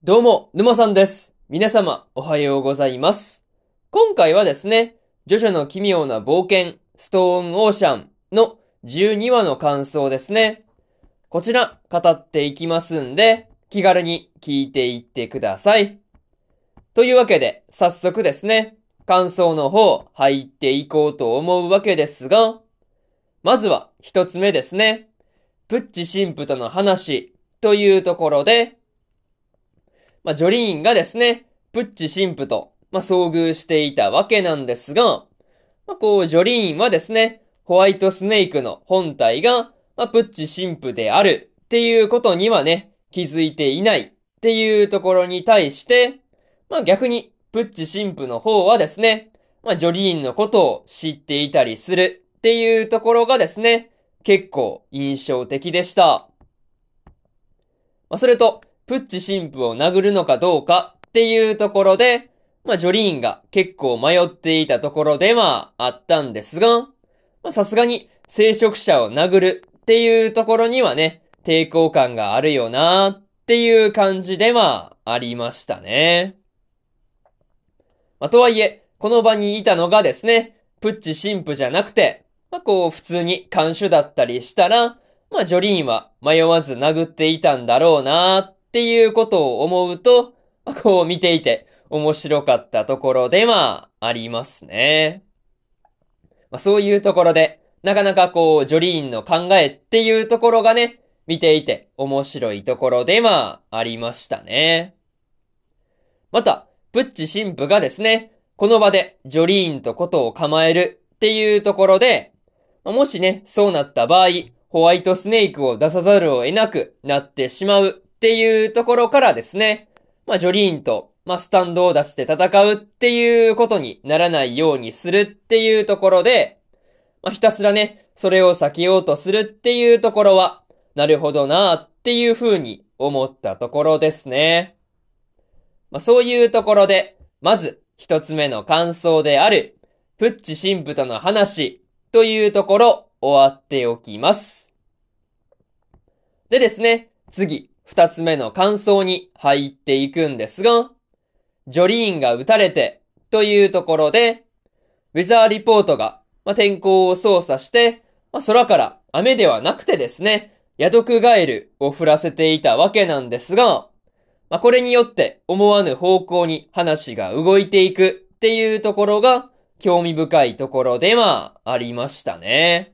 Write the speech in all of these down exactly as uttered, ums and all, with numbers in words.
どうも、沼さんです。皆様、おはようございます。今回はですね、ジョジョの奇妙な冒険、ストーンオーシャンのじゅうにわの感想ですね。こちら、語っていきますんで、気軽に聞いていってください。というわけで、早速ですね、感想の方、入っていこうと思うわけですが、まずは一つ目ですね。プッチ神父との話というところで、まあ、ジョリーンがですね、プッチ神父と、まあ、遭遇していたわけなんですが、まあ、こう、ジョリーンはですね、ホワイトスネークの本体が、まあ、プッチ神父であるっていうことにはね、気づいていないっていうところに対して、まあ、逆に、プッチ神父の方はですね、まあ、ジョリーンのことを知っていたりするっていうところがですね、結構印象的でした。まあ、それと、プッチ神父を殴るのかどうかっていうところで、まあ、ジョリーンが結構迷っていたところではあったんですが、まあ、さすがに聖職者を殴るっていうところにはね、抵抗感があるよなっていう感じではありましたね。まあ、とはいえ、この場にいたのがですね、プッチ神父じゃなくて、まあ、こう普通に看守だったりしたら、まあ、ジョリーンは迷わず殴っていたんだろうなっていうことを思うと、まあ、こう見ていて面白かったところではありますね。まあ、そういうところで、なかなかこう、ジョリーンの考えっていうところがね、見ていて面白いところではありましたね。また、プッチ神父がですね、この場でジョリーンとことを構えるっていうところで、もしね、そうなった場合、ホワイトスネークを出さざるを得なくなってしまうっていうところからですね、まあ、ジョリーンと、まあ、スタンドを出して戦うっていうことにならないようにするっていうところで、まあ、ひたすらね、それを避けようとするっていうところは、なるほどなっていうふうに思ったところですね。まあ、そういうところで、まず一つ目の感想である、プッチ神父との話というところ終わっておきます。でですね、次、二つ目の感想に入っていくんですが、ジョリーンが撃たれてというところで、ウェザーリポートが、まあ、天候を操作して、まあ、空から雨ではなくてですね、ヤドクガエルを降らせていたわけなんですが、まあ、これによって思わぬ方向に話が動いていくっていうところが興味深いところではありましたね。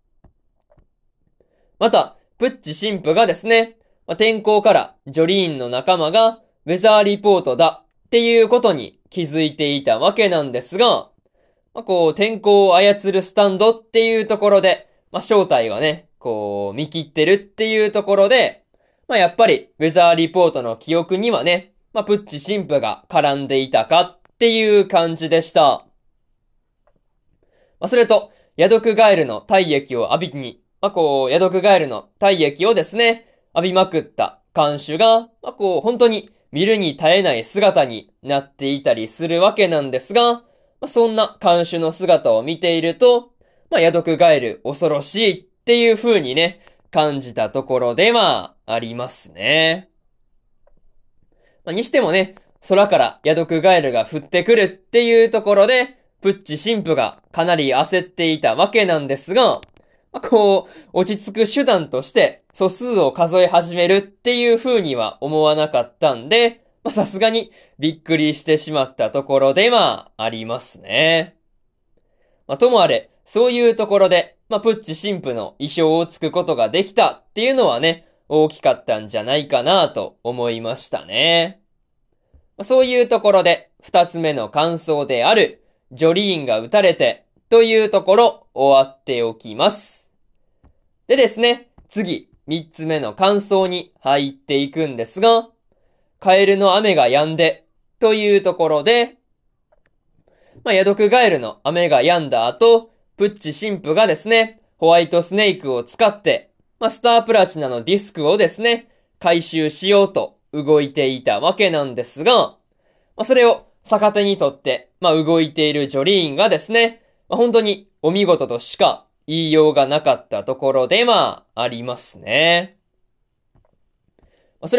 また、プッチ神父がですね、まあ、天候からジョリーンの仲間がウェザーリポートだっていうことに気づいていたわけなんですが、まあ、こう天候を操るスタンドっていうところで、まあ、正体がね、こう見切ってるっていうところで、まあ、やっぱりウェザーリポートの記憶にはね、まあ、プッチ神父が絡んでいたかっていう感じでした。まあ、それと、ヤドクガエルの体液を浴びに、まあ、こう、ヤドクガエルの体液をですね、浴びまくった看守が、まあ、こう、本当に見るに耐えない姿になっていたりするわけなんですが、まあ、そんな看守の姿を見ていると、まあ、ヤドクガエル恐ろしいっていう風にね、感じたところではありますね。まあ、にしてもね、空からヤドクガエルが降ってくるっていうところで、プッチ神父がかなり焦っていたわけなんですが、まあ、こう、落ち着く手段として素数を数え始めるっていう風には思わなかったんで、まあ、さすがにびっくりしてしまったところではありますね。まあ、ともあれ、そういうところで、まあ、プッチ神父の意表をつくことができたっていうのはね、大きかったんじゃないかなと思いましたね。まあ、そういうところで、二つ目の感想である、ジョリーンが撃たれて、というところ、終わっておきます。でですね、次、三つ目の感想に入っていくんですが、カエルの雨が止んで、というところで、まあ、ヤドクガエルの雨が止んだ後、プッチ神父がですね、ホワイトスネークを使って、まあ、スタープラチナのディスクをですね、回収しようと動いていたわけなんですが、まあ、それを逆手にとって、まあ、動いているジョリーンがですね、まあ、本当にお見事としか言いようがなかったところではありますね。まあ、それと、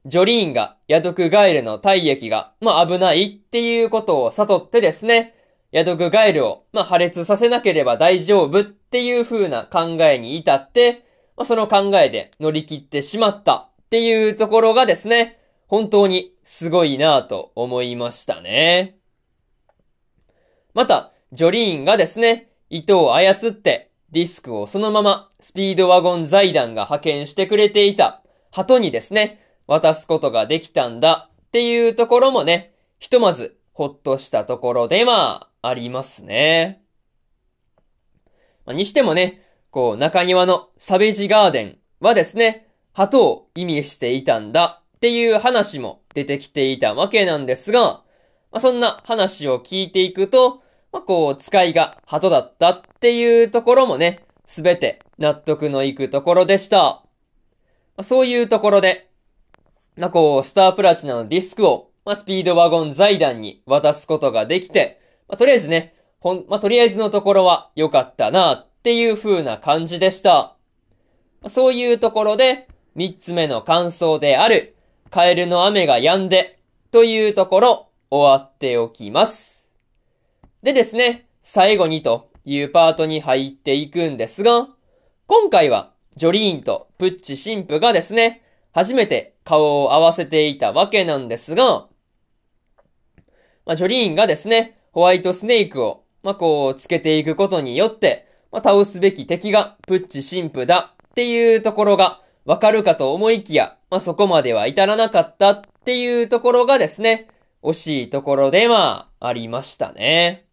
ジョリーンがヤドクガエルの体液が、まあ危ないっていうことを悟ってですね、ヤドクガエルを、まあ破裂させなければ大丈夫っていう風な考えに至って、まあその考えで乗り切ってしまったっていうところがですね、本当にすごいなぁと思いましたね。また、ジョリーンがですね、糸を操ってディスクをそのままスピードワゴン財団が派遣してくれていた鳩にですね、渡すことができたんだっていうところもね、ひとまずほっとしたところではありますね。にしてもね、こう中庭のサベージガーデンはですね、鳩を意味していたんだっていう話も出てきていたわけなんですが、まあ、そんな話を聞いていくと、まあ、こう使いが鳩だったっていうところもね、すべて納得のいくところでした。まあ、そういうところで、まあ、こうスタープラチナのディスクを、まあ、スピードワゴン財団に渡すことができて、まあ、とりあえずね、ほん、まあ、とりあえずのところは良かったなっていう風な感じでした。そういうところで、三つ目の感想である、カエルの雨が止んで、というところ、終わっておきます。でですね、最後にというパートに入っていくんですが、今回は、ジョリーンとプッチ神父がですね、初めて顔を合わせていたわけなんですが、まあ、ジョリーンがですね、ホワイトスネークを、まあ、こう、つけていくことによって、まあ、倒すべき敵がプッチ神父だっていうところがわかるかと思いきや、まあ、そこまでは至らなかったっていうところがですね、惜しいところではありましたね。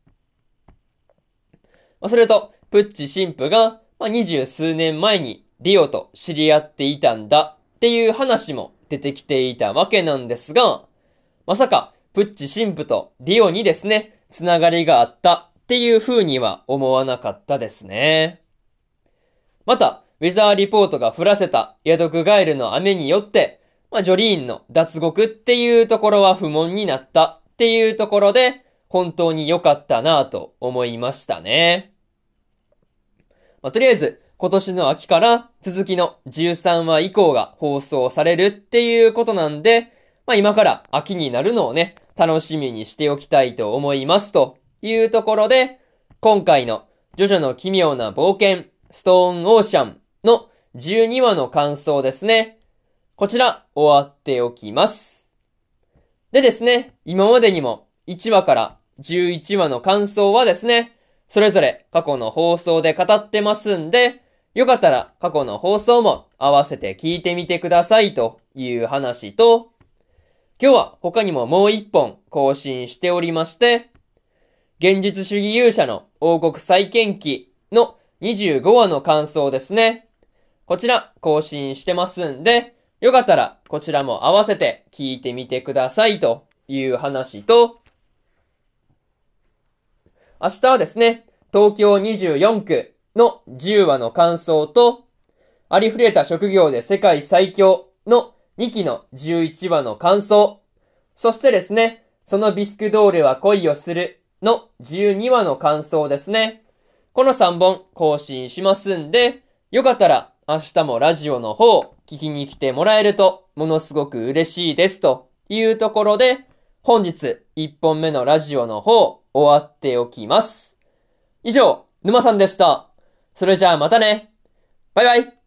まあ、それと、プッチ神父が、まあ、二十数年前にディオと知り合っていたんだっていう話も出てきていたわけなんですが、まさか、プッチ神父とディオにですね、つながりがあったっていう風には思わなかったですね。また、ウェザーリポートが降らせたヤドクガエルの雨によって、まあ、ジョリーンの脱獄っていうところは不問になったっていうところで、本当に良かったなぁと思いましたね。まあ、とりあえず、今年の秋から続きのじゅうさんわ以降が放送されるっていうことなんで、まあ今から秋になるのをね、楽しみにしておきたいと思いますというところで、今回のジョジョの奇妙な冒険、ストーンオーシャンのじゅうにわの感想ですね。こちら終わっておきます。でですね、今までにもいちわからじゅういちわの感想はですね、それぞれ過去の放送で語ってますんで、よかったら過去の放送も合わせて聞いてみてくださいという話と、今日は他にももう一本更新しておりまして、現実主義勇者の王国再建記のにじゅうごわの感想ですね。こちら更新してますんで、よかったらこちらも合わせて聞いてみてくださいという話と、明日はですね、東京にじゅうよんくのじゅうわの感想と、ありふれた職業で世界最強のにきのじゅういちわの感想、そしてですね、そのビスクドールは恋をするのじゅうにわの感想ですね。このさんぼん更新しますんで、よかったら明日もラジオの方聞きに来てもらえるとものすごく嬉しいですというところで、本日いっぽんめのラジオの方終わっておきます。以上、沼さんでした。それじゃあまたね。バイバイ。